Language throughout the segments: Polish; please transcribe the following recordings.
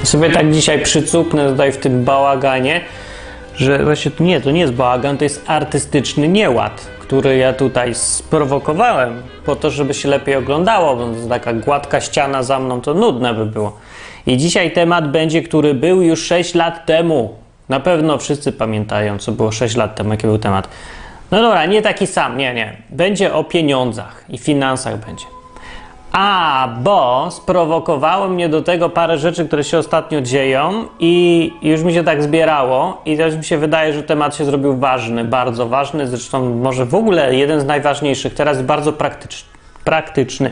Sobie tak dzisiaj przycupnę tutaj w tym bałaganie, że właśnie to nie jest bałagan, to jest artystyczny nieład, który ja tutaj sprowokowałem po to, żeby się lepiej oglądało, bo to taka gładka ściana za mną to nudne by było. I dzisiaj temat będzie, który był już 6 lat temu. Na pewno wszyscy pamiętają, co było 6 lat temu, jaki był temat. No dobra, nie taki sam, nie. Będzie o pieniądzach i finansach będzie. Bo sprowokowało mnie do tego parę rzeczy, które się ostatnio dzieją i już mi się tak zbierało i też mi się wydaje, że temat się zrobił ważny, bardzo ważny, zresztą może w ogóle jeden z najważniejszych, teraz bardzo praktyczny.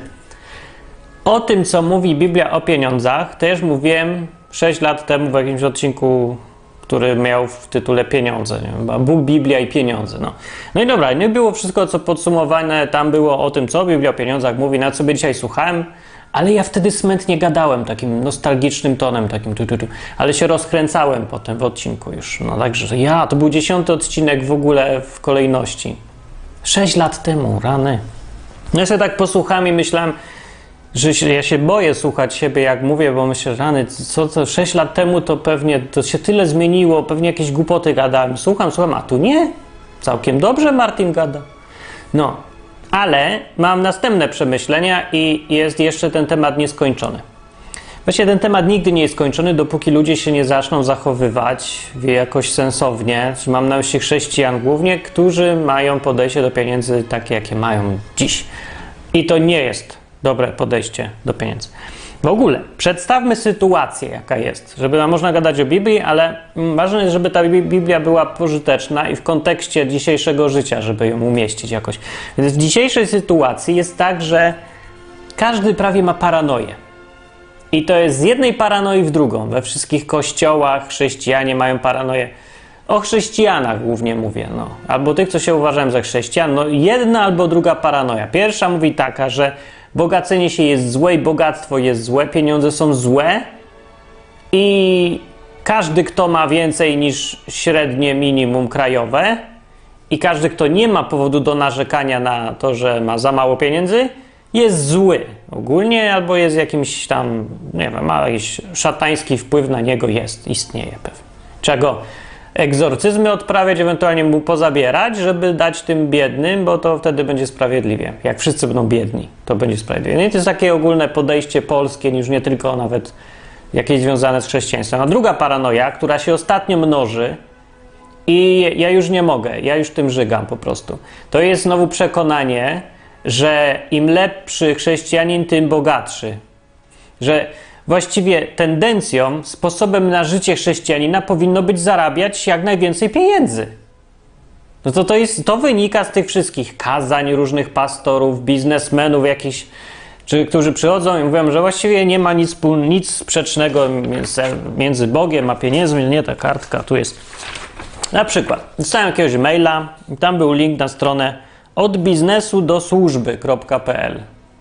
O tym, co mówi Biblia o pieniądzach, też mówiłem 6 lat temu w jakimś odcinku, który miał w tytule Pieniądze, nie? Bóg, Biblia i pieniądze. No i dobra, nie było wszystko, co podsumowane, tam było o tym, co Biblia o pieniądzach mówi, na co by dzisiaj słuchałem, ale ja wtedy smętnie gadałem takim nostalgicznym tonem, takim ale się rozkręcałem potem w odcinku już. No także to był 10. odcinek w ogóle w kolejności. 6 lat temu, rany. No ja sobie tak posłuchałem i myślałem, że ja się boję słuchać siebie, jak mówię, bo myślę, rany, co 6 lat temu to pewnie to się tyle zmieniło, pewnie jakieś głupoty gadałem. Słucham, a tu nie. Całkiem dobrze Martin gada. No, ale mam następne przemyślenia i jest jeszcze ten temat nieskończony. Właściwie ten temat nigdy nie jest skończony, dopóki ludzie się nie zaczną zachowywać jakoś sensownie. Mam na myśli chrześcijan głównie, którzy mają podejście do pieniędzy takie, jakie mają dziś. I to nie jest dobre podejście do pieniędzy. W ogóle przedstawmy sytuację, jaka jest, żeby można gadać o Biblii, ale ważne jest, żeby ta Biblia była pożyteczna i w kontekście dzisiejszego życia, żeby ją umieścić jakoś. Więc w dzisiejszej sytuacji jest tak, że każdy prawie ma paranoję. I to jest z jednej paranoi w drugą. We wszystkich kościołach chrześcijanie mają paranoję. O chrześcijanach głównie mówię, albo tych, co się uważają za chrześcijan. Jedna albo druga paranoja. Pierwsza mówi taka, że bogacenie się jest złe i bogactwo jest złe, pieniądze są złe i każdy, kto ma więcej niż średnie minimum krajowe i każdy, kto nie ma powodu do narzekania na to, że ma za mało pieniędzy, jest zły ogólnie albo jest jakimś tam, nie wiem, ma jakiś szatański wpływ na niego, istnieje pewnie. Czego egzorcyzmy odprawiać, ewentualnie mu pozabierać, żeby dać tym biednym, bo to wtedy będzie sprawiedliwie. Jak wszyscy będą biedni, to będzie sprawiedliwie. No i to jest takie ogólne podejście polskie, już nie tylko nawet jakieś związane z chrześcijaństwem. A druga paranoja, która się ostatnio mnoży i ja już nie mogę, ja już tym żygam po prostu. To jest znowu przekonanie, że im lepszy chrześcijanin, tym bogatszy. Że właściwie tendencją, sposobem na życie chrześcijanina powinno być zarabiać jak najwięcej pieniędzy. To wynika z tych wszystkich kazań różnych pastorów, biznesmenów jakichś, którzy przychodzą i mówią, że właściwie nie ma nic sprzecznego między Bogiem a pieniędzmi. Nie, ta kartka tu jest. Na przykład dostałem jakiegoś maila i tam był link na stronę odbiznesudosłużby.pl.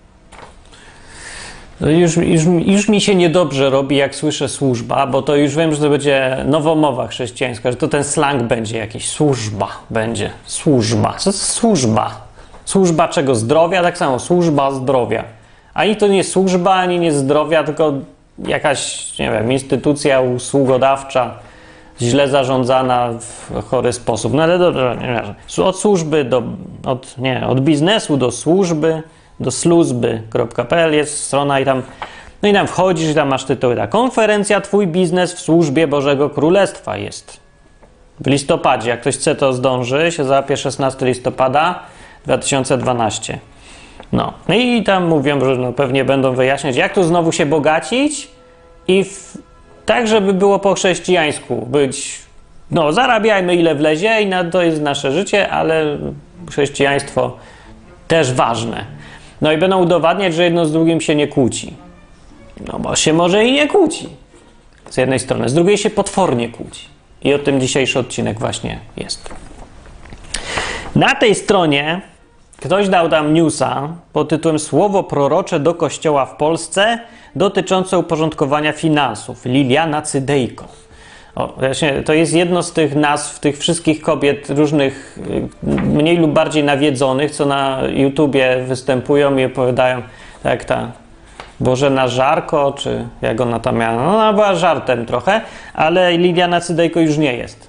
Już mi się niedobrze robi, jak słyszę służba, bo to już wiem, że to będzie nowomowa chrześcijańska, że to ten slang będzie jakiś. Służba będzie. Służba. Co to jest służba? Służba czego? Zdrowia? Tak samo. Służba zdrowia. Ani to nie służba, ani nie zdrowia, tylko jakaś, nie wiem, instytucja usługodawcza, źle zarządzana w chory sposób. No ale dobrze, nie. Od służby od biznesu do służby, do sluzby.pl jest strona i tam wchodzisz i tam masz tytuły. Konferencja Twój biznes w służbie Bożego Królestwa jest. W listopadzie, jak ktoś chce, to zdąży, się załapie 16 listopada 2012. No i tam mówią, że pewnie będą wyjaśniać, jak tu znowu się bogacić i tak, żeby było po chrześcijańsku być, zarabiajmy ile wlezie i to jest nasze życie, ale chrześcijaństwo też ważne. No i będą udowadniać, że jedno z drugim się nie kłóci. Bo się może i nie kłóci. Z jednej strony. Z drugiej się potwornie kłóci. I o tym dzisiejszy odcinek właśnie jest. Na tej stronie ktoś dał tam newsa pod tytułem Słowo prorocze do Kościoła w Polsce dotyczące uporządkowania finansów. Liliana Cydejko. Właśnie to jest jedno z tych nazw, tych wszystkich kobiet różnych, mniej lub bardziej nawiedzonych, co na YouTubie występują i opowiadają, tak ta Bożena Żarko, czy jak ona tam miała, no ona była żartem trochę, ale Liliana Cydejko już nie jest.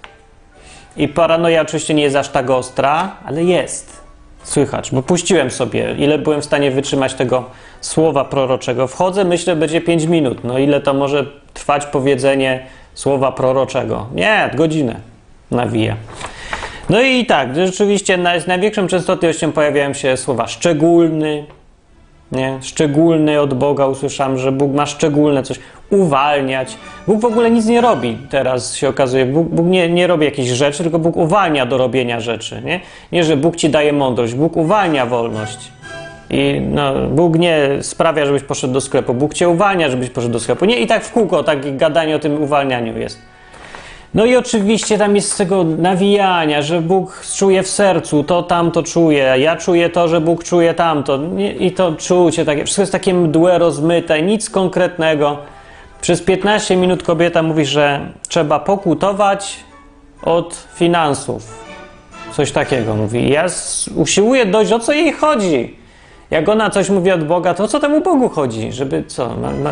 I paranoja oczywiście nie jest aż tak ostra, ale jest. Słychać, bo puściłem sobie, ile byłem w stanie wytrzymać tego słowa proroczego. Wchodzę, myślę, będzie 5 minut. No ile to może trwać powiedzenie słowa proroczego? Nie, godzinę nawija. No i tak, rzeczywiście z największą częstotliwością pojawiają się słowa szczególny, nie? Szczególny od Boga usłyszałem, że Bóg ma szczególne coś, uwalniać. Bóg w ogóle nic nie robi, teraz się okazuje. Bóg nie robi jakichś rzeczy, tylko Bóg uwalnia do robienia rzeczy. Nie, że Bóg ci daje mądrość, Bóg uwalnia wolność. I Bóg nie sprawia, żebyś poszedł do sklepu, Bóg cię uwalnia, żebyś poszedł do sklepu. Nie, i tak w kółko, tak gadanie o tym uwalnianiu jest. No i oczywiście tam jest z tego nawijania, że Bóg czuje w sercu, to tamto czuje, ja czuję to, że Bóg czuje tamto. I to czucie, takie, wszystko jest takie mdłe, rozmyte, nic konkretnego. Przez 15 minut kobieta mówi, że trzeba pokutować od finansów. Coś takiego mówi. Ja usiłuję dojść, o co jej chodzi. Jak ona coś mówi od Boga, to o co temu Bogu chodzi? Żeby co?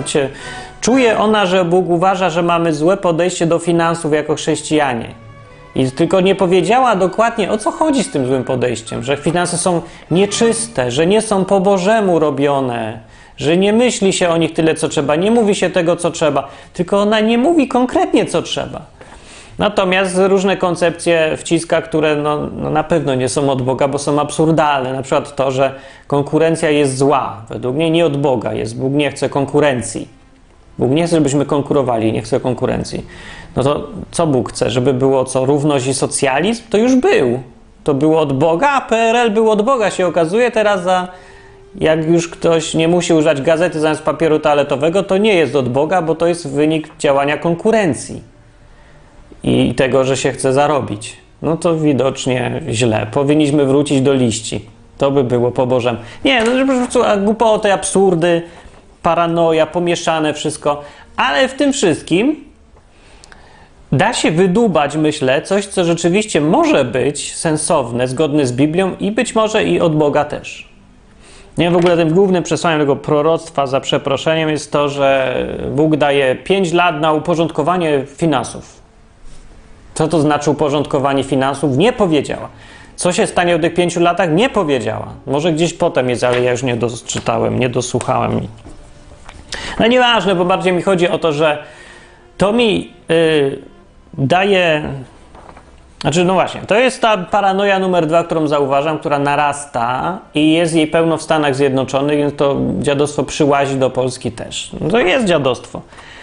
Czuje ona, że Bóg uważa, że mamy złe podejście do finansów jako chrześcijanie. I tylko nie powiedziała dokładnie, o co chodzi z tym złym podejściem. Że finanse są nieczyste, że nie są po Bożemu robione, że nie myśli się o nich tyle, co trzeba, nie mówi się tego, co trzeba. Tylko ona nie mówi konkretnie, co trzeba. Natomiast różne koncepcje wciska, które na pewno nie są od Boga, bo są absurdalne. Na przykład to, że konkurencja jest zła. Według mnie nie od Boga jest. Bóg nie chce konkurencji. Bóg nie chce, żebyśmy konkurowali, nie chce konkurencji. No to co Bóg chce? Żeby było co? Równość i socjalizm? To już był. To było od Boga, a PRL było od Boga, się okazuje. Teraz jak już ktoś nie musi używać gazety zamiast papieru toaletowego, to nie jest od Boga, bo to jest wynik działania konkurencji. I tego, że się chce zarobić. No to widocznie źle. Powinniśmy wrócić do liści. To by było po Bożemu. Nie, po prostu głupoty, absurdy, paranoja, pomieszane wszystko. Ale w tym wszystkim da się wydłubać, myślę, coś, co rzeczywiście może być sensowne, zgodne z Biblią i być może i od Boga też. Nie, w ogóle tym głównym przesłaniem tego proroctwa, za przeproszeniem, jest to, że Bóg daje 5 lat na uporządkowanie finansów. Co to znaczy uporządkowanie finansów? Nie powiedziała. Co się stanie w tych 5 latach? Nie powiedziała. Może gdzieś potem jest, ale ja już nie doczytałem, nie dosłuchałem. No nieważne, bo bardziej mi chodzi o to, że to mi daje... Znaczy, no właśnie, to jest ta paranoja numer 2, którą zauważam, która narasta i jest jej pełno w Stanach Zjednoczonych, więc to dziadostwo przyłazi do Polski też. No to jest dziadostwo.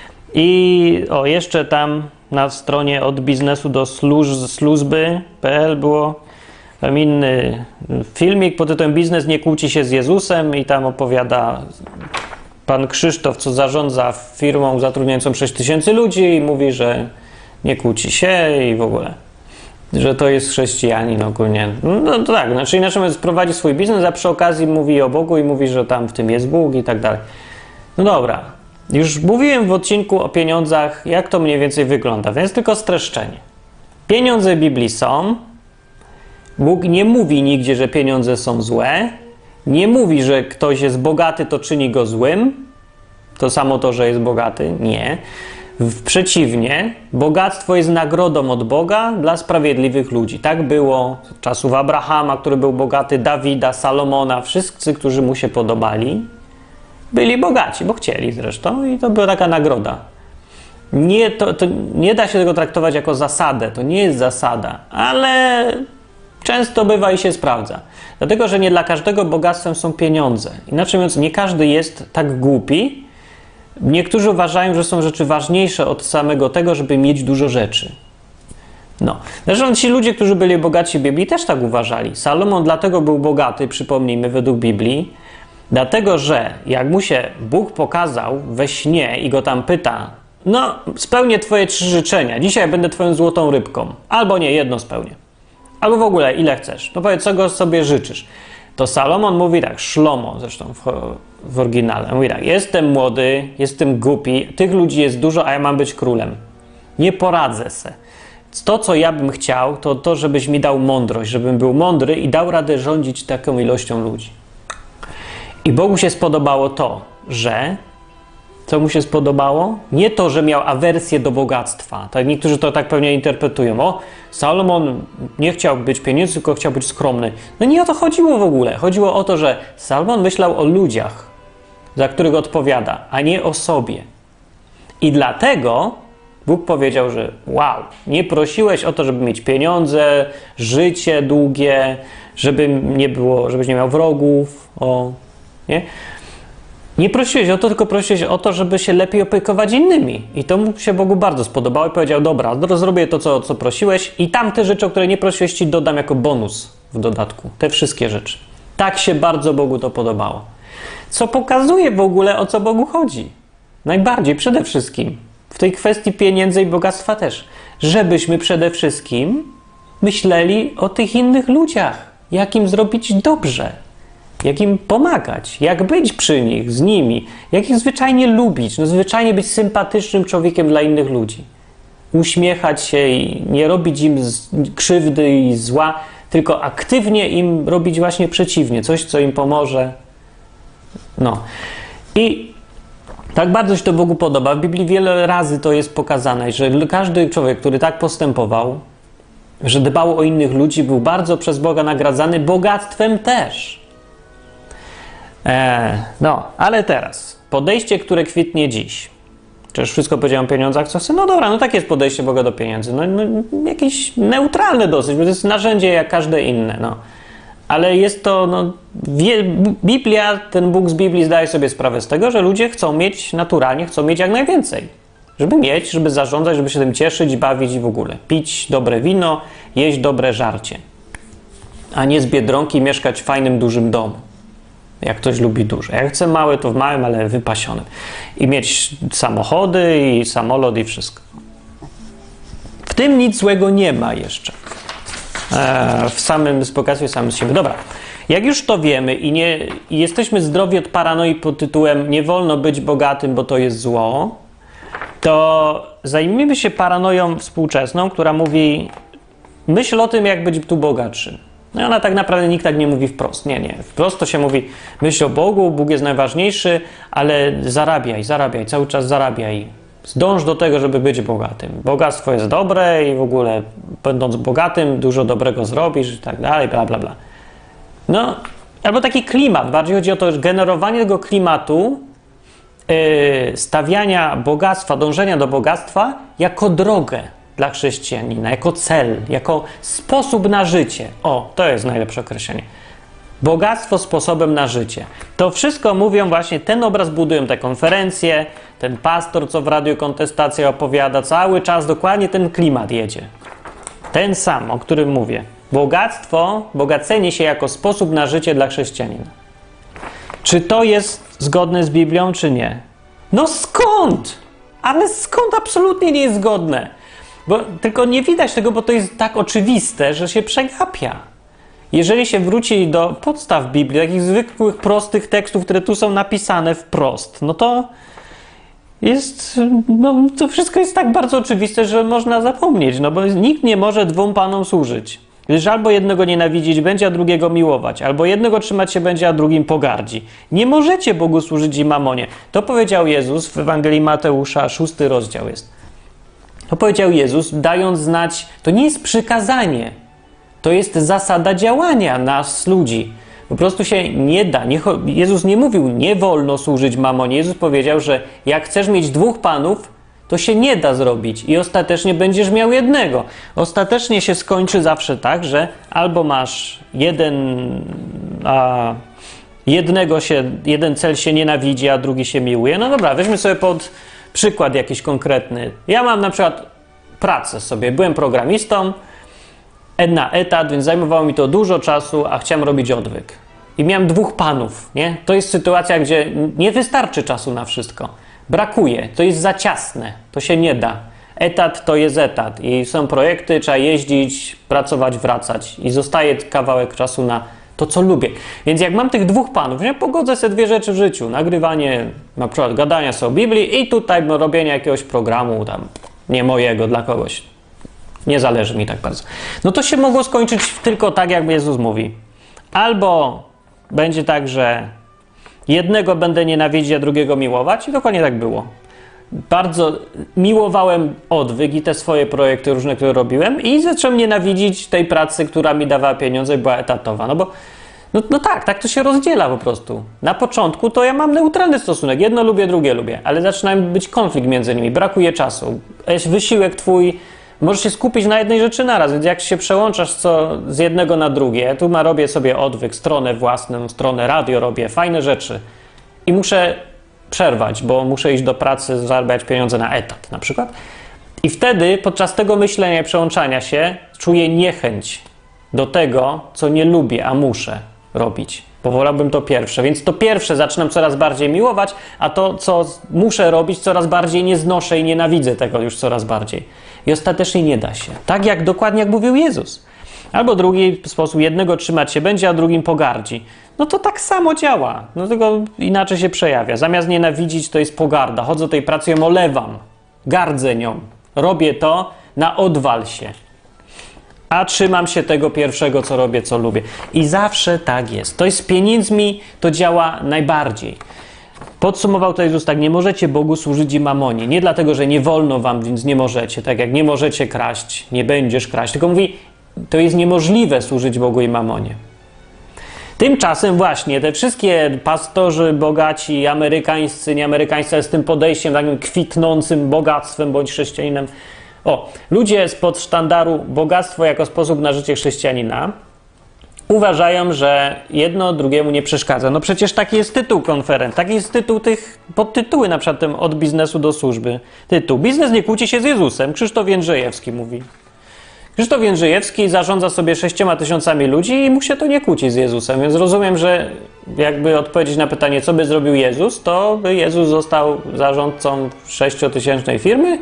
I jeszcze tam na stronie od biznesu do służby.pl było tam inny filmik pod tytułem Biznes nie kłóci się z Jezusem i tam opowiada pan Krzysztof, co zarządza firmą zatrudniającą 6000 ludzi i mówi, że nie kłóci się i w ogóle, że to jest chrześcijanin ogólnie. No to tak, znaczy inaczej mówiąc, prowadzi swój biznes, a przy okazji mówi o Bogu i mówi, że tam w tym jest Bóg i tak dalej. No dobra. Już mówiłem w odcinku o pieniądzach, jak to mniej więcej wygląda, więc tylko streszczenie. Pieniądze w Biblii są. Bóg nie mówi nigdzie, że pieniądze są złe. Nie mówi, że ktoś jest bogaty, to czyni go złym. To samo to, że jest bogaty. Nie. Przeciwnie, bogactwo jest nagrodą od Boga dla sprawiedliwych ludzi. Tak było z czasów Abrahama, który był bogaty, Dawida, Salomona, wszyscy, którzy mu się podobali. Byli bogaci, bo chcieli zresztą i to była taka nagroda. To nie da się tego traktować jako zasadę, to nie jest zasada, ale często bywa i się sprawdza. Dlatego, że nie dla każdego bogactwem są pieniądze. Inaczej mówiąc, nie każdy jest tak głupi. Niektórzy uważają, że są rzeczy ważniejsze od samego tego, żeby mieć dużo rzeczy. No. Zresztą ci ludzie, którzy byli bogaci w Biblii, też tak uważali. Salomon dlatego był bogaty, przypomnijmy, według Biblii, dlatego, że jak mu się Bóg pokazał we śnie i go tam pyta, no spełnię twoje 3 życzenia, dzisiaj będę twoją złotą rybką, albo nie, jedno spełnię, albo w ogóle ile chcesz, no powiedz, czego sobie życzysz. To Salomon mówi tak, Szlomo zresztą w oryginale, mówi tak, jestem młody, jestem głupi, tych ludzi jest dużo, a ja mam być królem. Nie poradzę se. To, co ja bym chciał, to to, żebyś mi dał mądrość, żebym był mądry i dał radę rządzić taką ilością ludzi. I Bogu się spodobało to, że... Co mu się spodobało? Nie to, że miał awersję do bogactwa. Tak, niektórzy to tak pewnie interpretują. O, Salomon nie chciał być pieniędzy, tylko chciał być skromny. No nie o to chodziło w ogóle. Chodziło o to, że Salomon myślał o ludziach, za których odpowiada, a nie o sobie. I dlatego Bóg powiedział, że wow, nie prosiłeś o to, żeby mieć pieniądze, życie długie, żebyś nie miał wrogów, nie? Nie prosiłeś o to, tylko prosiłeś o to, żeby się lepiej opiekować innymi. I to mu się Bogu bardzo spodobało i powiedział, dobra, zrobię to, co prosiłeś i tamte rzeczy, o które nie prosiłeś, ci dodam jako bonus w dodatku. Te wszystkie rzeczy. Tak się bardzo Bogu to podobało. Co pokazuje w ogóle, o co Bogu chodzi. Najbardziej, przede wszystkim. W tej kwestii pieniędzy i bogactwa też. Żebyśmy przede wszystkim myśleli o tych innych ludziach. Jak im zrobić dobrze. Jak im pomagać, jak być przy nich, z nimi, jak ich zwyczajnie lubić, zwyczajnie być sympatycznym człowiekiem dla innych ludzi. Uśmiechać się i nie robić im krzywdy i zła, tylko aktywnie im robić właśnie przeciwnie, coś, co im pomoże. I tak bardzo się to Bogu podoba. W Biblii wiele razy to jest pokazane, że każdy człowiek, który tak postępował, że dbał o innych ludzi, był bardzo przez Boga nagradzany bogactwem też. Ale teraz, podejście, które kwitnie dziś. Czyż wszystko powiedziałem o pieniądzach, co chcę? No dobra, takie jest podejście Boga do pieniędzy. Jakieś neutralne dosyć, bo to jest narzędzie jak każde inne. Ale jest to, Biblia, ten Bóg z Biblii zdaje sobie sprawę z tego, że ludzie chcą mieć naturalnie, chcą mieć jak najwięcej. Żeby zarządzać, żeby się tym cieszyć, bawić i w ogóle. Pić dobre wino, jeść dobre żarcie. A nie z Biedronki mieszkać w fajnym, dużym domu. Jak ktoś lubi duże. Jak chce małe, to w małym, ale wypasionym. I mieć samochody i samolot i wszystko. W tym nic złego nie ma jeszcze. W samym bogactwie, samym z siebie. Dobra. Jak już to wiemy i jesteśmy zdrowi od paranoi pod tytułem nie wolno być bogatym, bo to jest zło, to zajmijmy się paranoją współczesną, która mówi myśl o tym, jak być tu bogatszym. No i ona tak naprawdę nikt tak nie mówi wprost. Nie. Wprost to się mówi myśl o Bogu, Bóg jest najważniejszy, ale zarabiaj, cały czas zarabiaj. Zdąż do tego, żeby być bogatym. Bogactwo jest dobre i w ogóle będąc bogatym dużo dobrego zrobisz i tak dalej, bla, bla, bla. Albo taki klimat. Bardziej chodzi o to, że generowanie tego klimatu stawiania bogactwa, dążenia do bogactwa jako drogę dla chrześcijanina, jako cel, jako sposób na życie. To jest najlepsze określenie. Bogactwo sposobem na życie. To wszystko mówią właśnie, ten obraz budują te konferencje, ten pastor, co w Radiu Kontestacja opowiada, cały czas dokładnie ten klimat jedzie. Ten sam, o którym mówię. Bogacenie się jako sposób na życie dla chrześcijanina. Czy to jest zgodne z Biblią, czy nie? Skąd? Ale skąd absolutnie nie jest zgodne? Tylko nie widać tego, bo to jest tak oczywiste, że się przegapia. Jeżeli się wróci do podstaw Biblii, takich zwykłych, prostych tekstów, które tu są napisane wprost, to wszystko jest tak bardzo oczywiste, że można zapomnieć, bo nikt nie może dwóm panom służyć. Gdyż albo jednego nienawidzić będzie, a drugiego miłować. Albo jednego trzymać się będzie, a drugim pogardzi. Nie możecie Bogu służyć i mamonie. To powiedział Jezus w Ewangelii Mateusza, 6 rozdział jest. To powiedział Jezus, dając znać, to nie jest przykazanie. To jest zasada działania nas, ludzi. Po prostu się nie da. Jezus nie mówił, nie wolno służyć mamonie. Jezus powiedział, że jak chcesz mieć dwóch panów, to się nie da zrobić i ostatecznie będziesz miał jednego. Ostatecznie się skończy zawsze tak, że albo masz jeden cel się nienawidzi, a drugi się miłuje. Dobra, weźmy sobie pod przykład jakiś konkretny. Ja mam na przykład pracę sobie. Byłem programistą na etat, więc zajmowało mi to dużo czasu, a chciałem robić odwyk. I miałem dwóch panów, nie? To jest sytuacja, gdzie nie wystarczy czasu na wszystko. Brakuje, to jest za ciasne, to się nie da. Etat to jest etat i są projekty, trzeba jeździć, pracować, wracać i zostaje kawałek czasu na to, co lubię. Więc jak mam tych dwóch panów, nie pogodzę sobie dwie rzeczy w życiu, nagrywanie, na przykład gadania sobie o Biblii i tutaj robienie jakiegoś programu tam, nie mojego, dla kogoś. Nie zależy mi tak bardzo. To się mogło skończyć tylko tak, jak Jezus mówi. Albo będzie tak, że Jednego będę nienawidzić, a drugiego miłować i dokładnie tak było. Bardzo miłowałem odwyk i te swoje projekty różne, które robiłem i zacząłem nienawidzić tej pracy, która mi dawała pieniądze i była etatowa. No bo no tak to się rozdziela po prostu. Na początku to ja mam neutralny stosunek. Jedno lubię, drugie lubię, ale zaczyna być konflikt między nimi, brakuje czasu. Wysiłek twój, możesz się skupić na jednej rzeczy naraz, więc jak się przełączasz z jednego na drugie, tu robię sobie odwyk, stronę własną, stronę radio robię, fajne rzeczy i muszę przerwać, bo muszę iść do pracy, zarabiać pieniądze na etat na przykład. I wtedy podczas tego myślenia i przełączania się czuję niechęć do tego, co nie lubię, a muszę robić. Bo wolałbym to pierwsze. Więc to pierwsze zaczynam coraz bardziej miłować, a to, co muszę robić, coraz bardziej nie znoszę i nienawidzę tego już coraz bardziej. I ostatecznie nie da się. Tak jak dokładnie jak mówił Jezus. Albo drugi sposób, jednego trzymać się będzie, a drugim pogardzi. No to tak samo działa. No tylko inaczej się przejawia. Zamiast nienawidzić, to jest pogarda. Chodzę do tej pracy, ją olewam. Gardzę nią. Robię to na odwal się. A trzymam się tego pierwszego, co robię, co lubię. I zawsze tak jest. To jest z pieniędzmi, to działa najbardziej. Podsumował to Jezus tak, nie możecie Bogu służyć i mamonie. Nie dlatego, że nie wolno wam, więc nie możecie. Tak jak nie możecie kraść, nie będziesz kraść. Tylko mówi, to jest niemożliwe służyć Bogu i mamonie. Tymczasem właśnie te wszystkie pastorzy bogaci, amerykańscy, nieamerykańscy, z tym podejściem takim kwitnącym bogactwem bądź chrześcijaninem. Ludzie spod sztandaru bogactwo jako sposób na życie chrześcijanina uważają, że jedno drugiemu nie przeszkadza. No przecież taki jest tytuł konferencji, taki jest tytuł tych podtytuły, na przykład tym od biznesu do służby. Tytuł: Biznes nie kłóci się z Jezusem. Krzysztof Jędrzejewski mówi. Krzysztof Jędrzejewski zarządza sobie 6 000 ludzi i mu się to nie kłóci z Jezusem, więc rozumiem, że jakby odpowiedzieć na pytanie, co by zrobił Jezus, to by Jezus został zarządcą 6-tysięcznej firmy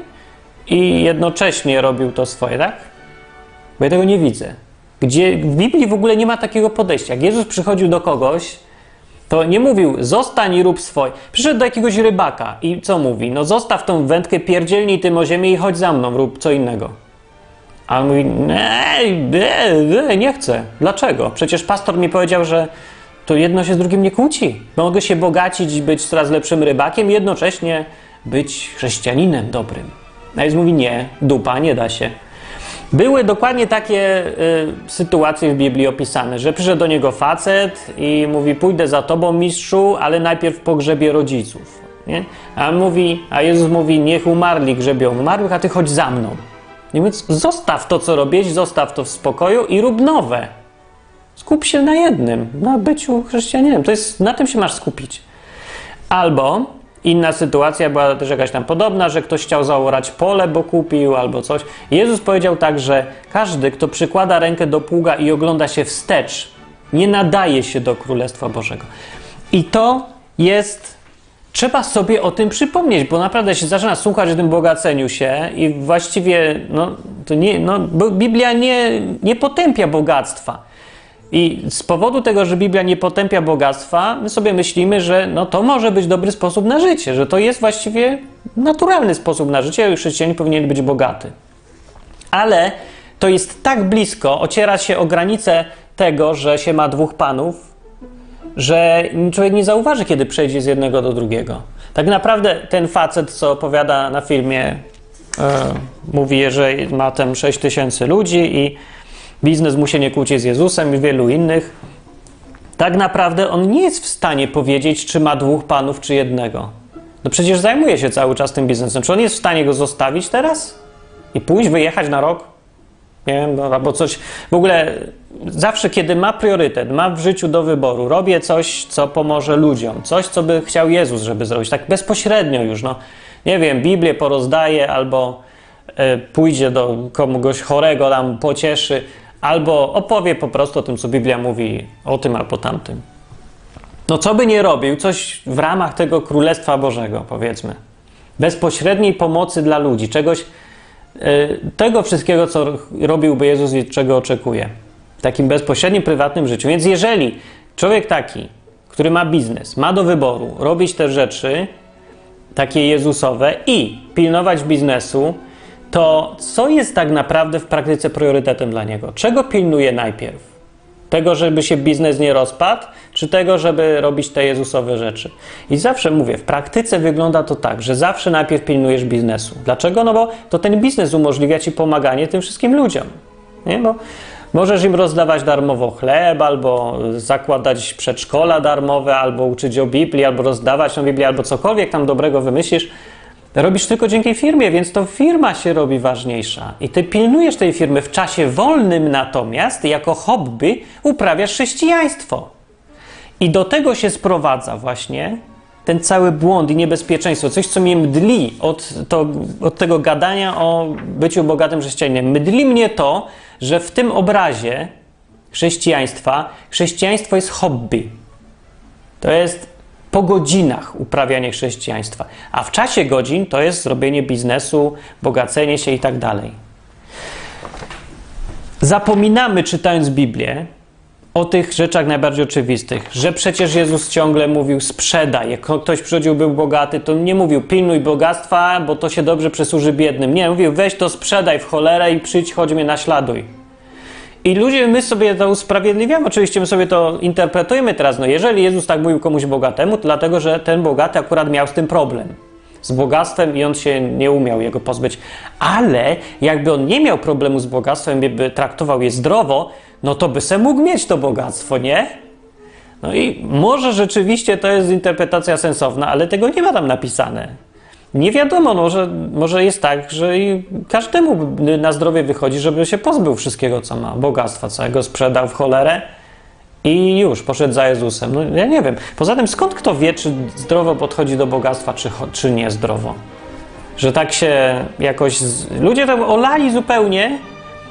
i jednocześnie robił to swoje, tak? Bo ja tego nie widzę. Gdzie w Biblii w ogóle nie ma takiego podejścia. Jak Jezus przychodził do kogoś, to nie mówił, zostań i rób swoje. Przyszedł do jakiegoś rybaka i co mówi? No zostaw tą wędkę, pierdzielnij tym o ziemię i chodź za mną, rób co innego. A on mówi, nie chcę. Dlaczego? Przecież pastor mi powiedział, że to jedno się z drugim nie kłóci. Mogę się bogacić i być coraz lepszym rybakiem i jednocześnie być chrześcijaninem dobrym. A Jezus mówi, nie, dupa, nie da się. Były dokładnie takie sytuacje w Biblii opisane, że przyszedł do niego facet i mówi, pójdę za tobą, mistrzu, ale najpierw pogrzebie rodziców. Nie? A Jezus mówi, niech umarli grzebią umarłych, a ty chodź za mną. I mówiąc, zostaw to, co robisz, zostaw to w spokoju i rób nowe. Skup się na jednym, na byciu chrześcijaninem. Na tym się masz skupić. Albo inna sytuacja była też jakaś tam podobna, że ktoś chciał zaorać pole, bo kupił albo coś. Jezus powiedział tak, że każdy, kto przykłada rękę do pługa i ogląda się wstecz, nie nadaje się do Królestwa Bożego. I to jest... Trzeba sobie o tym przypomnieć, bo naprawdę się zaczyna słuchać o tym bogaceniu się i właściwie bo Biblia nie potępia bogactwa. I z powodu tego, że Biblia nie potępia bogactwa, my sobie myślimy, że to może być dobry sposób na życie, że to jest właściwie naturalny sposób na życie, i chrześcijanin powinien być bogaty. Ale to jest tak blisko, ociera się o granicę tego, że się ma dwóch panów, że człowiek nie zauważy, kiedy przejdzie z jednego do drugiego. Tak naprawdę ten facet, co opowiada na filmie, mówi, że ma tam 6 000 ludzi i biznes mu się nie kłóci z Jezusem i wielu innych. Tak naprawdę on nie jest w stanie powiedzieć, czy ma dwóch panów, czy jednego. No przecież zajmuje się cały czas tym biznesem. Czy on jest w stanie go zostawić teraz? I pójść, wyjechać na rok? Nie wiem, albo coś. W ogóle zawsze, kiedy ma priorytet, ma w życiu do wyboru, robię coś, co pomoże ludziom, coś, co by chciał Jezus, żeby zrobić, tak bezpośrednio już, nie wiem, Biblię porozdaje, albo pójdzie do kogoś chorego, tam pocieszy, albo opowie po prostu o tym, co Biblia mówi, o tym albo tamtym. Co by nie robił, coś w ramach tego Królestwa Bożego, powiedzmy. Bezpośredniej pomocy dla ludzi, czegoś, tego wszystkiego, co robiłby Jezus i czego oczekuje. W takim bezpośrednim, prywatnym życiu. Więc jeżeli człowiek taki, który ma biznes, ma do wyboru robić te rzeczy takie Jezusowe i pilnować biznesu, to co jest tak naprawdę w praktyce priorytetem dla niego? Czego pilnuje najpierw? Tego, żeby się biznes nie rozpadł, czy tego, żeby robić te Jezusowe rzeczy? I zawsze mówię, w praktyce wygląda to tak, że zawsze najpierw pilnujesz biznesu. Dlaczego? No bo to ten biznes umożliwia ci pomaganie tym wszystkim ludziom. Nie? Bo możesz im rozdawać darmowo chleb, albo zakładać przedszkola darmowe, albo uczyć o Biblii, albo rozdawać tą Biblię, albo cokolwiek tam dobrego wymyślisz. Robisz tylko dzięki firmie, więc to firma się robi ważniejsza. I ty pilnujesz tej firmy. W czasie wolnym natomiast, jako hobby, uprawiasz chrześcijaństwo. I do tego się sprowadza właśnie ten cały błąd i niebezpieczeństwo. Coś, co mnie mdli od tego gadania o byciu bogatym chrześcijaninem. Mdli mnie to, że w tym obrazie chrześcijaństwo jest hobby. To jest po godzinach uprawianie chrześcijaństwa, a w czasie godzin to jest zrobienie biznesu, bogacenie się i tak dalej. Zapominamy, czytając Biblię, o tych rzeczach najbardziej oczywistych, że przecież Jezus ciągle mówił sprzedaj. Jak ktoś przychodził, był bogaty, to nie mówił pilnuj bogactwa, bo to się dobrze przysłuży biednym. Nie, mówił weź to sprzedaj w cholerę i przyjdź, chodź mnie naśladuj. I ludzie, my sobie to usprawiedliwiamy, oczywiście my sobie to interpretujemy teraz. No jeżeli Jezus tak mówił komuś bogatemu, to dlatego, że ten bogaty akurat miał z tym problem. Z bogactwem i on się nie umiał jego pozbyć. Ale jakby on nie miał problemu z bogactwem i by traktował je zdrowo, no to by se mógł mieć to bogactwo, nie? No i może rzeczywiście to jest interpretacja sensowna, ale tego nie ma tam napisane. Nie wiadomo, no, może jest tak, że i każdemu na zdrowie wychodzi, żeby się pozbył wszystkiego, co ma, bogactwa całego, sprzedał w cholerę i już, poszedł za Jezusem. No ja nie wiem. Poza tym skąd kto wie, czy zdrowo podchodzi do bogactwa, czy nie zdrowo? Że tak się jakoś... Ludzie tam olali zupełnie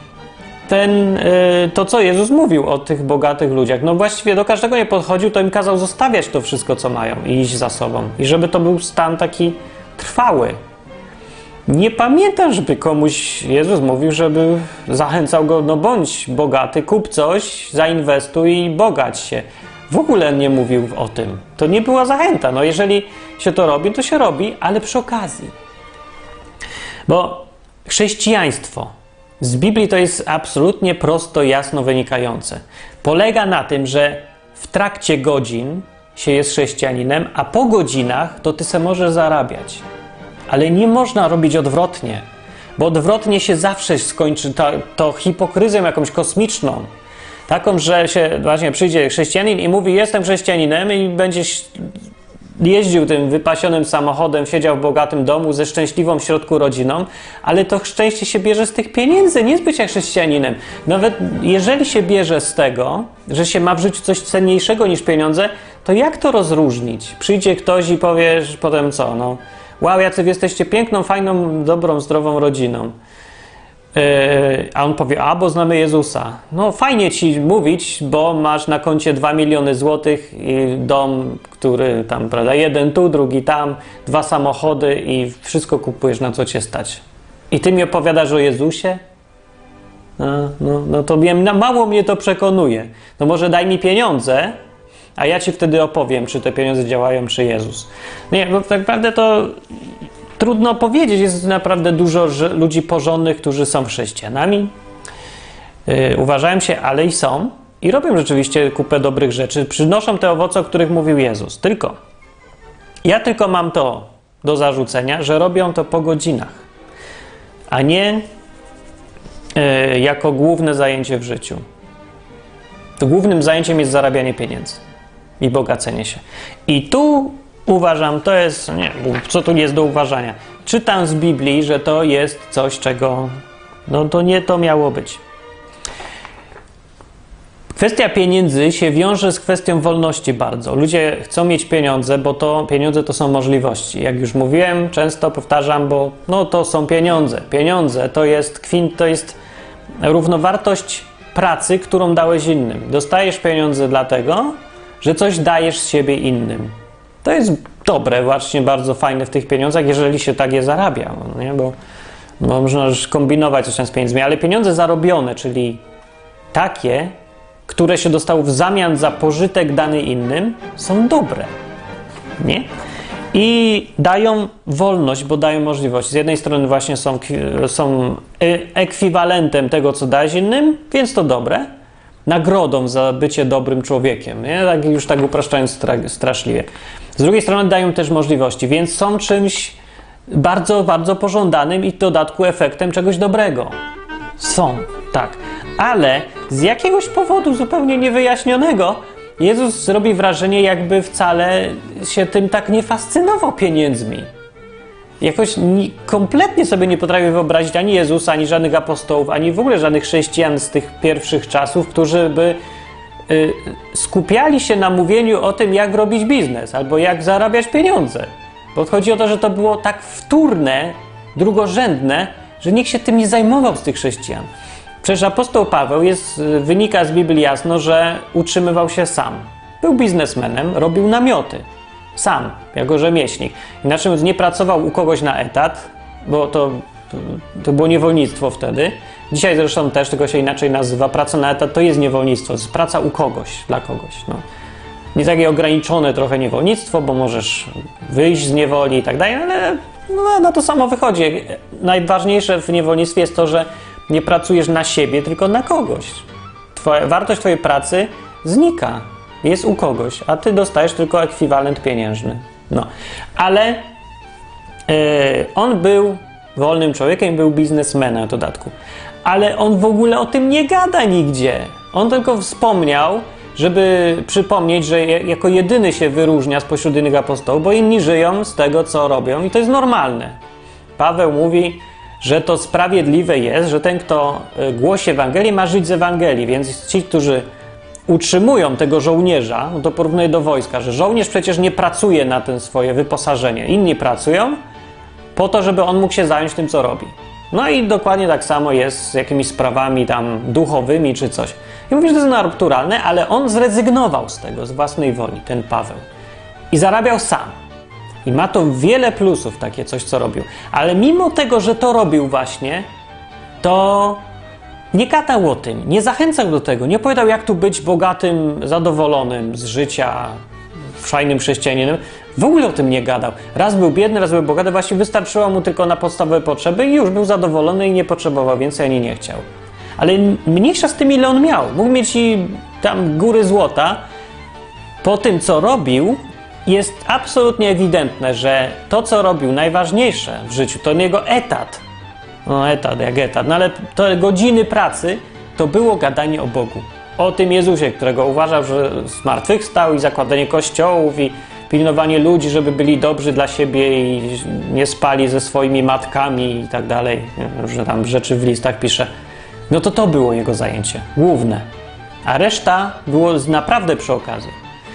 to, co Jezus mówił o tych bogatych ludziach. No właściwie do każdego nie podchodził, to im kazał zostawiać to wszystko, co mają i iść za sobą. I żeby to był stan taki trwały. Nie pamiętam, żeby komuś Jezus mówił, żeby zachęcał go, no bądź bogaty, kup coś, zainwestuj i bogać się. W ogóle nie mówił o tym. To nie była zachęta. No jeżeli się to robi, to się robi, ale przy okazji. Bo chrześcijaństwo z Biblii to jest absolutnie prosto, jasno wynikające. Polega na tym, że w trakcie godzin się jest chrześcijaninem, a po godzinach to ty se możesz zarabiać. Ale nie można robić odwrotnie, bo odwrotnie się zawsze skończy to hipokryzją jakąś kosmiczną. Taką, że się właśnie przyjdzie chrześcijanin i mówi jestem chrześcijaninem i będziesz jeździł tym wypasionym samochodem, siedział w bogatym domu ze szczęśliwą w środku rodziną, ale to szczęście się bierze z tych pieniędzy, nie z bycia chrześcijaninem. Nawet jeżeli się bierze z tego, że się ma w życiu coś cenniejszego niż pieniądze, to jak to rozróżnić? Przyjdzie ktoś i powiesz potem co? No, wow, jacy wy jesteście piękną, fajną, dobrą, zdrową rodziną. A on powie, a bo znamy Jezusa. No fajnie ci mówić, bo masz na koncie 2 miliony złotych i dom, który tam, prawda, jeden tu, drugi tam, 2 samochody i wszystko kupujesz, na co cię stać. I ty mi opowiadasz o Jezusie? No to mało mnie to przekonuje. No może daj mi pieniądze, a ja ci wtedy opowiem, czy te pieniądze działają, czy Jezus. Nie, bo tak naprawdę to trudno powiedzieć. Jest naprawdę dużo ludzi porządnych, którzy są chrześcijanami. Uważają się, ale i są. I robią rzeczywiście kupę dobrych rzeczy. Przynoszą te owoce, o których mówił Jezus. Ja tylko mam to do zarzucenia, że robią to po godzinach, a nie jako główne zajęcie w życiu. To głównym zajęciem jest zarabianie pieniędzy i bogacenie się. I tu uważam, to jest, nie, co tu jest do uważania. Czytam z Biblii, że to jest coś, czego, no to nie to miało być. Kwestia pieniędzy się wiąże z kwestią wolności bardzo. Ludzie chcą mieć pieniądze, bo pieniądze to są możliwości. Jak już mówiłem, często powtarzam, bo no to są pieniądze. Pieniądze to jest równowartość pracy, którą dałeś innym. Dostajesz pieniądze dlatego, że coś dajesz z siebie innym. To jest dobre, właśnie bardzo fajne w tych pieniądzach, jeżeli się tak je zarabia, nie? Bo można kombinować coś z pieniędzmi, ale pieniądze zarobione, czyli takie, które się dostało w zamian za pożytek dany innym, są dobre, nie? I dają wolność, bo dają możliwość. Z jednej strony właśnie są ekwiwalentem tego, co dałeś innym, więc to dobre, nagrodą za bycie dobrym człowiekiem, nie? Tak upraszczając straszliwie. Z drugiej strony dają też możliwości, więc są czymś bardzo, bardzo pożądanym i w dodatku efektem czegoś dobrego. Są, tak. Ale z jakiegoś powodu zupełnie niewyjaśnionego Jezus robi wrażenie, jakby wcale się tym tak nie fascynował pieniędzmi. Jakoś kompletnie sobie nie potrafię wyobrazić ani Jezusa, ani żadnych apostołów, ani w ogóle żadnych chrześcijan z tych pierwszych czasów, którzy by skupiali się na mówieniu o tym, jak robić biznes albo jak zarabiać pieniądze. Bo chodzi o to, że to było tak wtórne, drugorzędne, że nikt się tym nie zajmował z tych chrześcijan. Przecież apostoł Paweł wynika z Biblii jasno, że utrzymywał się sam. Był biznesmenem, robił namioty. Sam, jako rzemieślnik. Inaczej mówiąc, nie pracował u kogoś na etat, bo to było niewolnictwo wtedy. Dzisiaj zresztą też, tylko się inaczej nazywa. Praca na etat to jest niewolnictwo, to jest praca u kogoś, dla kogoś. No. Nie takie ograniczone trochę niewolnictwo, bo możesz wyjść z niewoli i tak dalej, ale no to samo wychodzi. Najważniejsze w niewolnictwie jest to, że nie pracujesz na siebie, tylko na kogoś. Wartość twojej pracy znika. Jest u kogoś, a ty dostajesz tylko ekwiwalent pieniężny. No. Ale on był wolnym człowiekiem, był biznesmenem w dodatku. Ale on w ogóle o tym nie gada nigdzie. On tylko wspomniał, żeby przypomnieć, że jako jedyny się wyróżnia spośród innych apostołów, bo inni żyją z tego, co robią i to jest normalne. Paweł mówi, że to sprawiedliwe jest, że ten, kto głosi Ewangelię, ma żyć z Ewangelii, więc ci, którzy utrzymują tego żołnierza, no to porównuję do wojska, że żołnierz przecież nie pracuje na ten swoje wyposażenie. Inni pracują po to, żeby on mógł się zająć tym, co robi. No i dokładnie tak samo jest z jakimiś sprawami tam duchowymi czy coś. I mówię, że to jest naturalne, ale on zrezygnował z tego, z własnej woli, ten Paweł. I zarabiał sam. I ma to wiele plusów, takie coś, co robił. Ale mimo tego, że to robił właśnie, to nie gadał o tym, nie zachęcał do tego, nie powiedział, jak tu być bogatym, zadowolonym z życia, fajnym chrześcijaninem. W ogóle o tym nie gadał. Raz był biedny, raz był bogaty, właściwie wystarczyło mu tylko na podstawowe potrzeby i już był zadowolony i nie potrzebował więcej ani nie chciał. Ale mniejsza z tym, ile on miał. Mógł mieć i tam góry złota. Po tym, co robił, jest absolutnie ewidentne, że to, co robił, najważniejsze w życiu, to jego etat. No etat jak etat, no ale te godziny pracy to było gadanie o Bogu. O tym Jezusie, którego uważał, że zmartwychwstał i zakładanie kościołów i pilnowanie ludzi, żeby byli dobrzy dla siebie i nie spali ze swoimi matkami i tak dalej. Różne tam rzeczy w listach pisze. No to było jego zajęcie główne. A reszta było naprawdę przy okazji.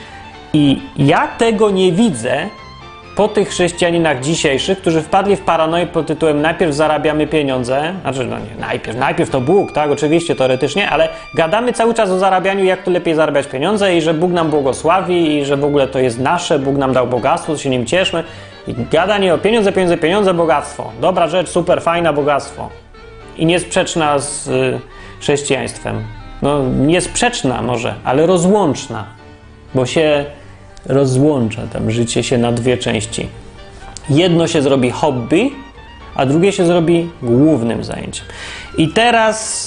I ja tego nie widzę po tych chrześcijaninach dzisiejszych, którzy wpadli w paranoję pod tytułem najpierw zarabiamy pieniądze, znaczy no nie, najpierw to Bóg, tak, oczywiście, teoretycznie, ale gadamy cały czas o zarabianiu, jak tu lepiej zarabiać pieniądze i że Bóg nam błogosławi i że w ogóle to jest nasze, Bóg nam dał bogactwo, się nim cieszmy. I gadanie o pieniądze, bogactwo. Dobra rzecz, super, fajna, bogactwo. I niesprzeczna z chrześcijaństwem. No, niesprzeczna może, ale rozłączna, bo się rozłącza tam życie się na dwie części. Jedno się zrobi hobby, a drugie się zrobi głównym zajęciem. I teraz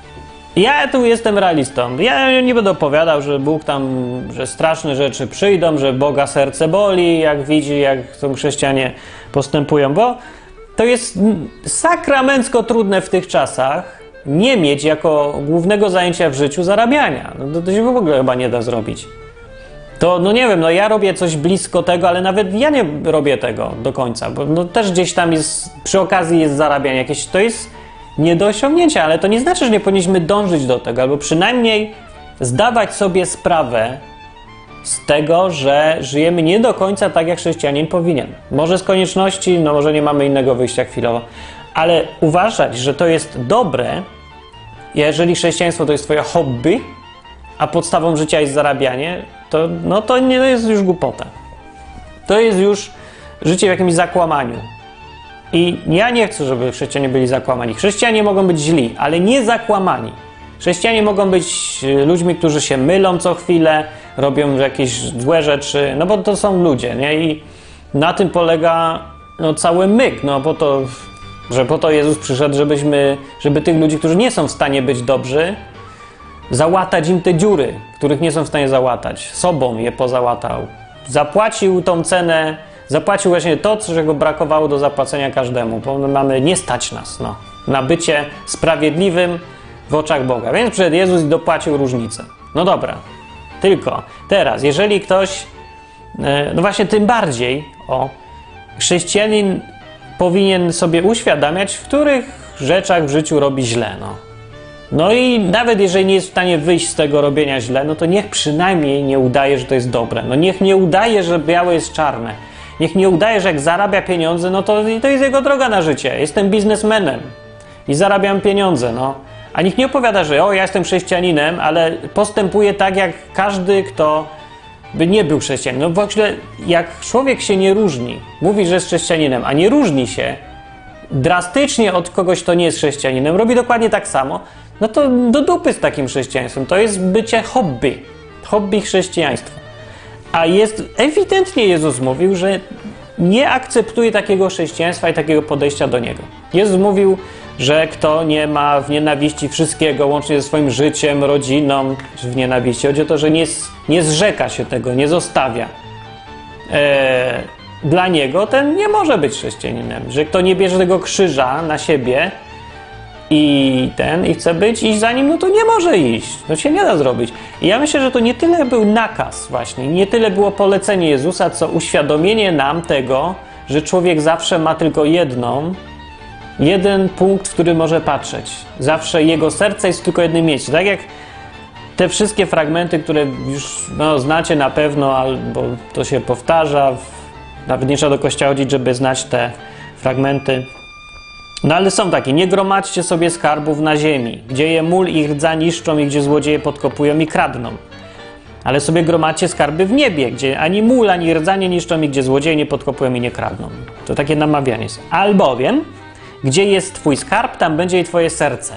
ja tu jestem realistą. Ja nie będę opowiadał, że Bóg tam, że straszne rzeczy przyjdą, że Boga serce boli, jak widzi, jak są chrześcijanie postępują, bo to jest sakramencko trudne w tych czasach nie mieć jako głównego zajęcia w życiu zarabiania. No to się w ogóle chyba nie da zrobić. To, no nie wiem, no ja robię coś blisko tego, ale nawet ja nie robię tego do końca, bo no też gdzieś tam jest, przy okazji jest zarabianie jakieś, to jest nie do osiągnięcia, ale to nie znaczy, że nie powinniśmy dążyć do tego, albo przynajmniej zdawać sobie sprawę z tego, że żyjemy nie do końca tak, jak chrześcijanin powinien. Może z konieczności, no może nie mamy innego wyjścia chwilowo, ale uważać, że to jest dobre, jeżeli chrześcijaństwo to jest twoje hobby, a podstawą życia jest zarabianie, to nie jest już głupota. To jest już życie w jakimś zakłamaniu. I ja nie chcę, żeby chrześcijanie byli zakłamani. Chrześcijanie mogą być źli, ale nie zakłamani. Chrześcijanie mogą być ludźmi, którzy się mylą co chwilę, robią jakieś złe rzeczy, no bo to są ludzie, nie? I na tym polega cały myk, no po to Jezus przyszedł, żeby tych ludzi, którzy nie są w stanie być dobrzy, załatać im te dziury, których nie są w stanie załatać. Sobą je pozałatał. Zapłacił tą cenę, zapłacił właśnie to, czego brakowało do zapłacenia każdemu, bo mamy, nie stać nas na bycie sprawiedliwym w oczach Boga. Więc przyszedł Jezus i dopłacił różnicę. No dobra, tylko teraz, jeżeli ktoś, no właśnie tym bardziej, chrześcijanin powinien sobie uświadamiać, w których rzeczach w życiu robi źle, No i nawet jeżeli nie jest w stanie wyjść z tego robienia źle, no to niech przynajmniej nie udaje, że to jest dobre. No niech nie udaje, że białe jest czarne. Niech nie udaje, że jak zarabia pieniądze, no to jest jego droga na życie. Jestem biznesmenem i zarabiam pieniądze, A nikt nie opowiada, że ja jestem chrześcijaninem, ale postępuje tak, jak każdy, kto by nie był chrześcijaninem. No w ogóle, jak człowiek się nie różni, mówi, że jest chrześcijaninem, a nie różni się drastycznie od kogoś, kto nie jest chrześcijaninem, robi dokładnie tak samo, no to do dupy z takim chrześcijaństwem. To jest bycie hobby chrześcijaństwa. A ewidentnie Jezus mówił, że nie akceptuje takiego chrześcijaństwa i takiego podejścia do niego. Jezus mówił, że kto nie ma w nienawiści wszystkiego, łącznie ze swoim życiem, rodziną, w nienawiści. Chodzi o to, że nie zrzeka się tego, nie zostawia. Dla niego ten nie może być chrześcijaninem. Że kto nie bierze tego krzyża na siebie i chce iść za nim, no to nie może iść. To się nie da zrobić. I ja myślę, że to nie tyle był nakaz właśnie, nie tyle było polecenie Jezusa, co uświadomienie nam tego, że człowiek zawsze ma tylko jeden punkt, w który może patrzeć. Zawsze jego serce jest w tylko jednym miejscu. Tak jak te wszystkie fragmenty, które już znacie na pewno, albo to się powtarza, nawet nie trzeba do kościoła chodzić, żeby znać te fragmenty. No ale są takie: nie gromadźcie sobie skarbów na ziemi, gdzie je mól i rdza niszczą i gdzie złodzieje podkopują i kradną. Ale sobie gromadźcie skarby w niebie, gdzie ani mól, ani rdza nie niszczą i gdzie złodzieje nie podkopują i nie kradną. To takie namawianie jest. Albowiem, gdzie jest twój skarb, tam będzie i twoje serce.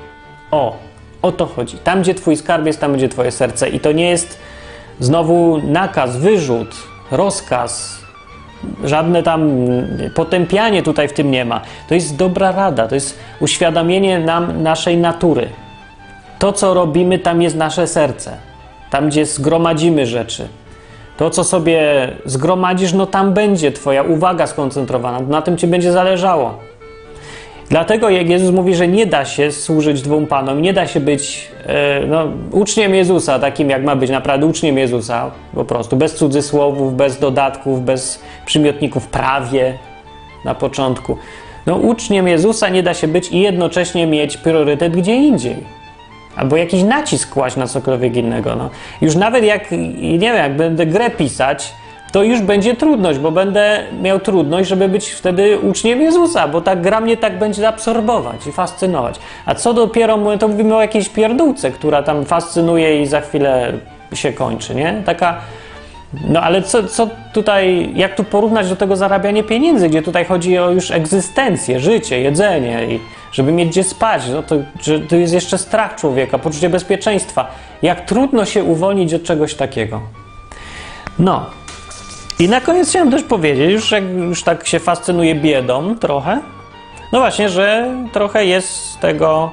O to chodzi. Tam, gdzie twój skarb jest, tam będzie twoje serce. I to nie jest znowu nakaz, wyrzut, rozkaz, żadne tam potępianie tutaj w tym nie ma. To jest dobra rada, to jest uświadomienie nam naszej natury. To, co robimy, tam jest nasze serce. Tam, gdzie zgromadzimy rzeczy. To, co sobie zgromadzisz, tam będzie twoja uwaga skoncentrowana. Na tym ci będzie zależało. Dlatego jak Jezus mówi, że nie da się służyć dwóm panom, nie da się być uczniem Jezusa, takim jak ma być naprawdę uczniem Jezusa, po prostu, bez cudzysłowów, bez dodatków, bez przymiotników prawie na początku. Uczniem Jezusa nie da się być i jednocześnie mieć priorytet gdzie indziej. Albo jakiś nacisk kłaść na cokolwiek innego. Już nawet jak będę grę pisać, to już będzie trudność, bo będę miał trudność, żeby być wtedy uczniem Jezusa, bo ta gra mnie tak będzie absorbować i fascynować. A co dopiero, to mówimy o jakiejś pierdółce, która tam fascynuje i za chwilę się kończy, nie? Taka, ale co tutaj, jak tu porównać do tego zarabiania pieniędzy, gdzie tutaj chodzi o już egzystencję, życie, jedzenie i żeby mieć gdzie spać, to jest jeszcze strach człowieka, poczucie bezpieczeństwa. Jak trudno się uwolnić od czegoś takiego. I na koniec chciałem też powiedzieć, jak już tak się fascynuje biedą trochę, właśnie, że trochę jest tego...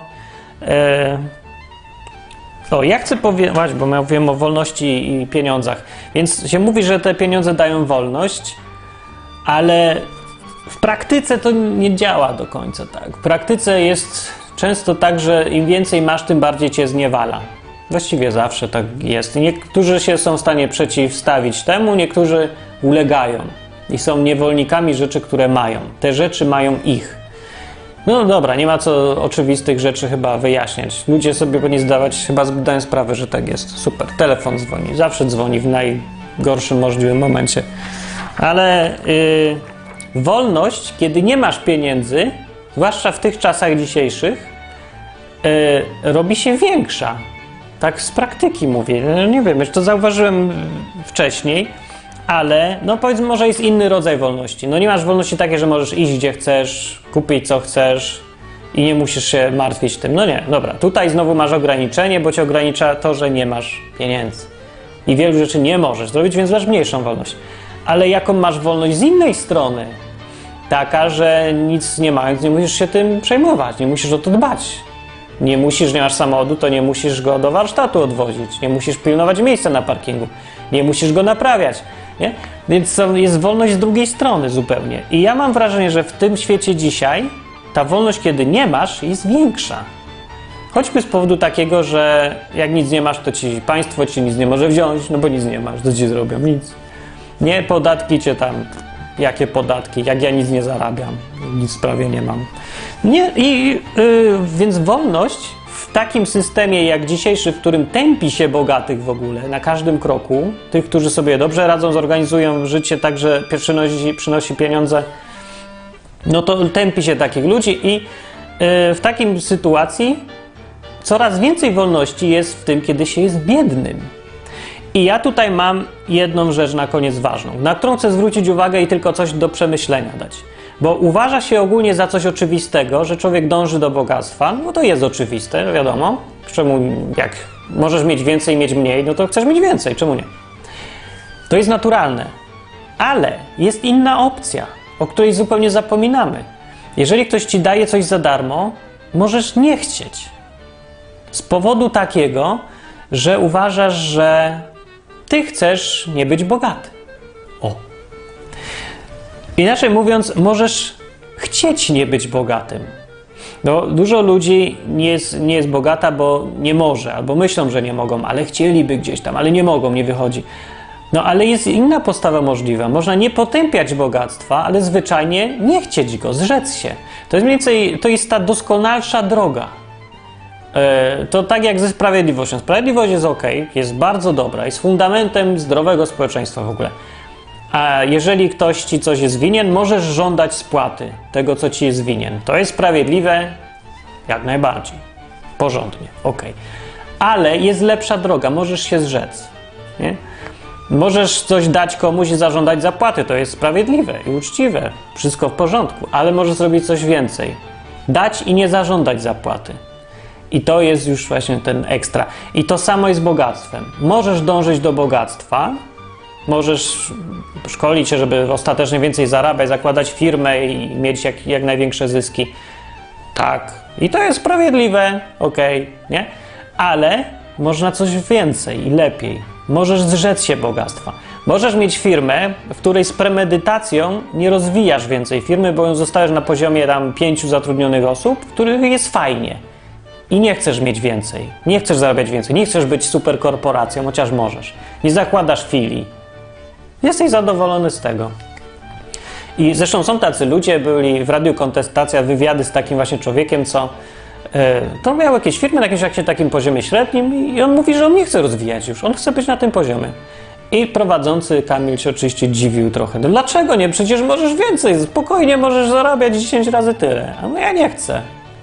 ja chcę powiedzieć, bo mówiłem o wolności i pieniądzach, więc się mówi, że te pieniądze dają wolność, ale w praktyce to nie działa do końca tak. W praktyce jest często tak, że im więcej masz, tym bardziej cię zniewala. Właściwie zawsze tak jest. Niektórzy się są w stanie przeciwstawić temu, niektórzy ulegają i są niewolnikami rzeczy, które mają. Te rzeczy mają ich. Dobra, nie ma co oczywistych rzeczy chyba wyjaśniać. Ludzie sobie powinni chyba zdają sprawę, że tak jest. Super, telefon dzwoni. Zawsze dzwoni w najgorszym możliwym momencie. Ale wolność, kiedy nie masz pieniędzy, zwłaszcza w tych czasach dzisiejszych, robi się większa. Tak z praktyki mówię. Nie wiem, już to zauważyłem wcześniej, ale powiedzmy, może jest inny rodzaj wolności. Nie masz wolności takiej, że możesz iść gdzie chcesz, kupić co chcesz i nie musisz się martwić tym. Nie, dobra. Tutaj znowu masz ograniczenie, bo cię ogranicza to, że nie masz pieniędzy. I wielu rzeczy nie możesz zrobić, więc masz mniejszą wolność. Ale jaką masz wolność z innej strony? Taka, że nic nie mając, nie musisz się tym przejmować, nie musisz o to dbać. Nie masz samochodu, to nie musisz go do warsztatu odwozić, nie musisz pilnować miejsca na parkingu, nie musisz go naprawiać, nie? Więc jest wolność z drugiej strony zupełnie. I ja mam wrażenie, że w tym świecie dzisiaj ta wolność, kiedy nie masz, jest większa. Choćby z powodu takiego, że jak nic nie masz, to państwo ci nic nie może wziąć, no bo nic nie masz, to ci zrobią nic. Nie, podatki cię tam... Jakie podatki? Jak ja nic nie zarabiam, nic prawie nie mam. Nie, więc wolność w takim systemie jak dzisiejszy, w którym tępi się bogatych w ogóle na każdym kroku, tych, którzy sobie dobrze radzą, zorganizują życie tak, że przynosi pieniądze, no to tępi się takich ludzi i w takiej sytuacji coraz więcej wolności jest w tym, kiedy się jest biednym. I ja tutaj mam jedną rzecz na koniec ważną, na którą chcę zwrócić uwagę i tylko coś do przemyślenia dać. Bo uważa się ogólnie za coś oczywistego, że człowiek dąży do bogactwa, no to jest oczywiste, wiadomo. Czemu, jak możesz mieć więcej, mieć mniej, no to chcesz mieć więcej, czemu nie? To jest naturalne. Ale jest inna opcja, o której zupełnie zapominamy. Jeżeli ktoś ci daje coś za darmo, możesz nie chcieć. Z powodu takiego, że uważasz, że ty chcesz nie być bogaty. O. Inaczej mówiąc, możesz chcieć nie być bogatym. No, dużo ludzi nie jest bogata, bo nie może, albo myślą, że nie mogą, ale chcieliby gdzieś tam, ale nie mogą, nie wychodzi. No, ale jest inna postawa możliwa. Można nie potępiać bogactwa, ale zwyczajnie nie chcieć go, zrzec się. To jest mniej więcej, to jest ta doskonalsza droga. To tak jak ze sprawiedliwością. Sprawiedliwość jest ok, jest bardzo dobra, jest fundamentem zdrowego społeczeństwa w ogóle. A jeżeli ktoś ci coś jest winien, możesz żądać spłaty tego, co ci jest winien. To jest sprawiedliwe jak najbardziej. Porządnie, ok. Ale jest lepsza droga, możesz się zrzec. Nie? Możesz coś dać komuś i zażądać zapłaty, to jest sprawiedliwe i uczciwe. Wszystko w porządku, ale możesz zrobić coś więcej. Dać i nie zażądać zapłaty. I to jest już właśnie ten ekstra. I to samo jest z bogactwem. Możesz dążyć do bogactwa, możesz szkolić się, żeby ostatecznie więcej zarabiać, zakładać firmę i mieć jak największe zyski. Tak. I to jest sprawiedliwe, okej, nie? Ale można coś więcej i lepiej. Możesz zrzec się bogactwa. Możesz mieć firmę, w której z premedytacją nie rozwijasz więcej firmy, bo ją zostawiasz na poziomie tam 5 zatrudnionych osób, w których jest fajnie. I nie chcesz mieć więcej, nie chcesz zarabiać więcej, nie chcesz być superkorporacją, chociaż możesz. Nie zakładasz filii. Jesteś zadowolony z tego. I zresztą są tacy ludzie, byli w Radiu Kontestacja wywiady z takim właśnie człowiekiem, co to miał jakieś firmy na jakimś takim poziomie średnim i on mówi, że on nie chce rozwijać już, on chce być na tym poziomie. I prowadzący Kamil się oczywiście dziwił trochę. No dlaczego nie? Przecież możesz więcej, spokojnie możesz zarabiać 10 razy tyle. A no ja nie chcę.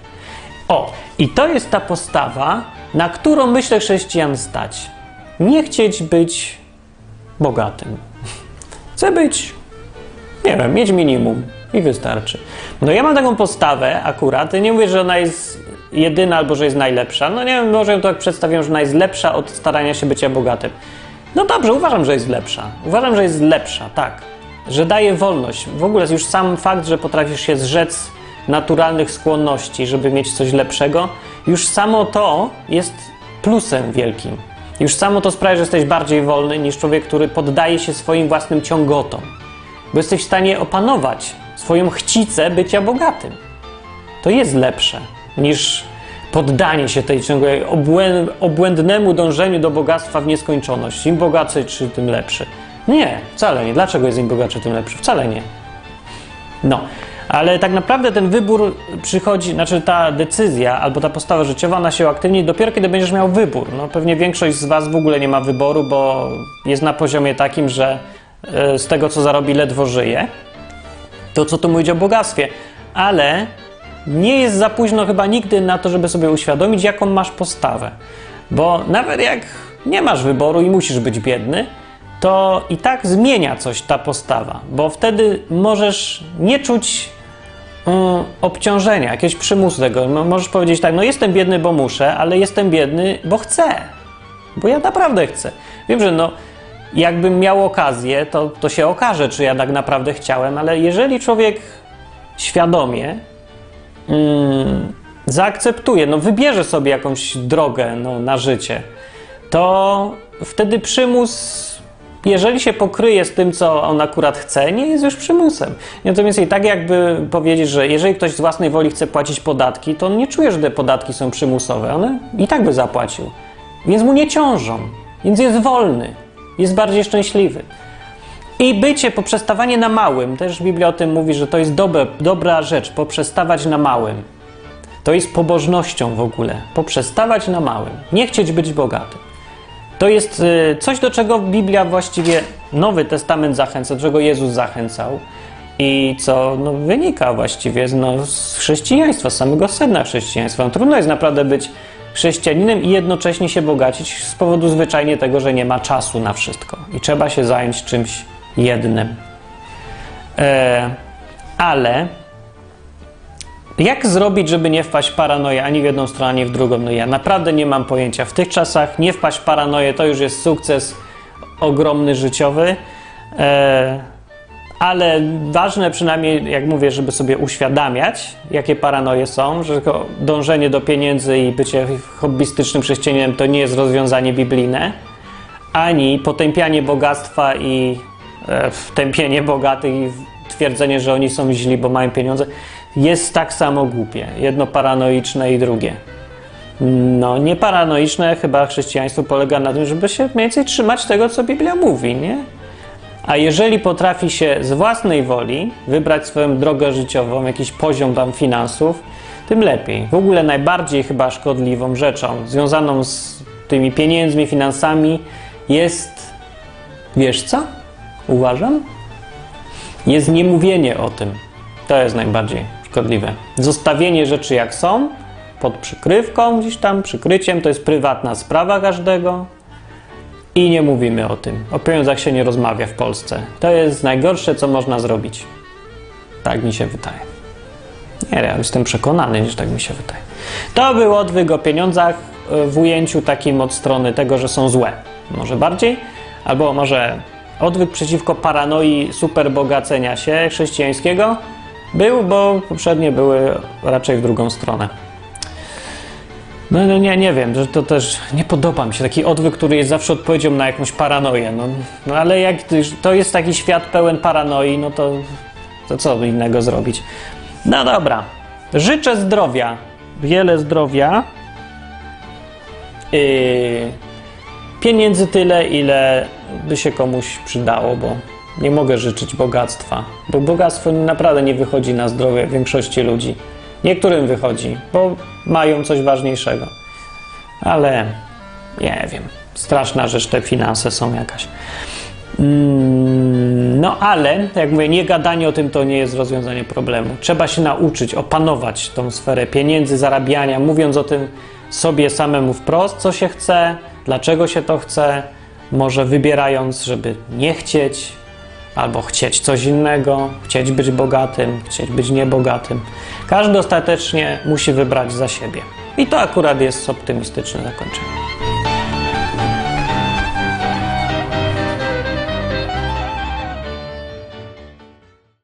O, i to jest ta postawa, na którą myślę chrześcijan stać. Nie chcieć być bogatym. Chcę być, nie wiem, mieć minimum i wystarczy. No ja mam taką postawę akurat, nie mówię, że ona jest jedyna albo że jest najlepsza. No nie wiem, może ją tak przedstawię, że ona jest lepsza od starania się bycia bogatym. No dobrze, uważam, że jest lepsza. Uważam, że jest lepsza, tak. Że daje wolność. W ogóle już sam fakt, że potrafisz się zrzec naturalnych skłonności, żeby mieć coś lepszego, już samo to jest plusem wielkim. Już samo to sprawia, że jesteś bardziej wolny niż człowiek, który poddaje się swoim własnym ciągotom. Bo jesteś w stanie opanować swoją chcicę bycia bogatym. To jest lepsze niż poddanie się tej ciągłej obłędnemu dążeniu do bogactwa w nieskończoność. Im bogacy, czy tym lepszy. Nie, wcale nie. Dlaczego jest im bogaczy, tym lepszy? Wcale nie. No. Ale tak naprawdę ten wybór przychodzi, znaczy ta decyzja albo ta postawa życiowa, ona się uaktywni dopiero kiedy będziesz miał wybór. No pewnie większość z was w ogóle nie ma wyboru, bo jest na poziomie takim, że z tego co zarobi ledwo żyje. To co tu mówić o bogactwie. Ale nie jest za późno chyba nigdy na to, żeby sobie uświadomić, jaką masz postawę. Bo nawet jak nie masz wyboru i musisz być biedny, to i tak zmienia coś ta postawa, bo wtedy możesz nie czuć obciążenia, jakiegoś przymusu tego. Możesz powiedzieć tak, no jestem biedny, bo muszę, ale jestem biedny, bo chcę. Bo ja naprawdę chcę. Wiem, że no, jakbym miał okazję, to się okaże, czy ja tak naprawdę chciałem, ale jeżeli człowiek świadomie zaakceptuje, wybierze sobie jakąś drogę na życie, to wtedy przymus, jeżeli się pokryje z tym, co on akurat chce, nie jest już przymusem. Natomiast i tak jakby powiedzieć, że jeżeli ktoś z własnej woli chce płacić podatki, to on nie czuje, że te podatki są przymusowe. One i tak by zapłacił. Więc mu nie ciążą. Więc jest wolny. Jest bardziej szczęśliwy. I poprzestawanie na małym, też Biblia o tym mówi, że to jest dobra rzecz, poprzestawać na małym. To jest pobożnością w ogóle. Poprzestawać na małym. Nie chcieć być bogatym. To jest coś, do czego Biblia właściwie, Nowy Testament zachęca, do czego Jezus zachęcał i co wynika właściwie z chrześcijaństwa, z samego sedna chrześcijaństwa. Trudno jest naprawdę być chrześcijaninem i jednocześnie się bogacić z powodu zwyczajnie tego, że nie ma czasu na wszystko i trzeba się zająć czymś jednym. Ale jak zrobić, żeby nie wpaść w paranoję ani w jedną stronę, ani w drugą? Ja naprawdę nie mam pojęcia. W tych czasach nie wpaść w paranoję to już jest sukces ogromny życiowy, ale ważne przynajmniej, jak mówię, żeby sobie uświadamiać, jakie paranoje są, że tylko dążenie do pieniędzy i bycie hobbystycznym chrześcijaninem to nie jest rozwiązanie biblijne, ani potępianie bogactwa i tępienie bogatych i twierdzenie, że oni są źli, bo mają pieniądze, jest tak samo głupie. Jedno paranoiczne i drugie. Nieparanoiczne chyba chrześcijaństwo polega na tym, żeby się mniej więcej trzymać tego, co Biblia mówi, nie? A jeżeli potrafi się z własnej woli wybrać swoją drogę życiową, jakiś poziom tam finansów, tym lepiej. W ogóle najbardziej chyba szkodliwą rzeczą związaną z tymi pieniędzmi, finansami jest, wiesz co? Uważam? Jest niemówienie o tym. To jest najbardziej szkodliwe. Zostawienie rzeczy jak są, pod przykrywką gdzieś tam, przykryciem, to jest prywatna sprawa każdego i nie mówimy o tym. O pieniądzach się nie rozmawia w Polsce. To jest najgorsze, co można zrobić. Tak mi się wydaje. Nie, ja jestem przekonany, że tak mi się wydaje. To był odwyk o pieniądzach w ujęciu takim od strony tego, że są złe. Może bardziej? Albo może odwyk przeciwko paranoi superbogacenia się chrześcijańskiego był, bo poprzednie były raczej w drugą stronę. Nie wiem, że to też nie podoba mi się taki odwyk, który jest zawsze odpowiedzią na jakąś paranoję. Ale jak to jest taki świat pełen paranoi, to co innego zrobić? No dobra. Życzę zdrowia. Wiele zdrowia. Pieniędzy tyle, ile by się komuś przydało, bo nie mogę życzyć bogactwa. Bo bogactwo naprawdę nie wychodzi na zdrowie większości ludzi. Niektórym wychodzi, bo mają coś ważniejszego. Ale nie wiem. Straszna rzecz, te finanse są jakaś. Ale, jak mówię, nie gadanie o tym to nie jest rozwiązanie problemu. Trzeba się nauczyć opanować tą sferę pieniędzy, zarabiania, mówiąc o tym sobie samemu wprost, co się chce, dlaczego się to chce, może wybierając, żeby nie chcieć, albo chcieć coś innego, chcieć być bogatym, chcieć być niebogatym. Każdy ostatecznie musi wybrać za siebie. I to akurat jest optymistyczne zakończenie.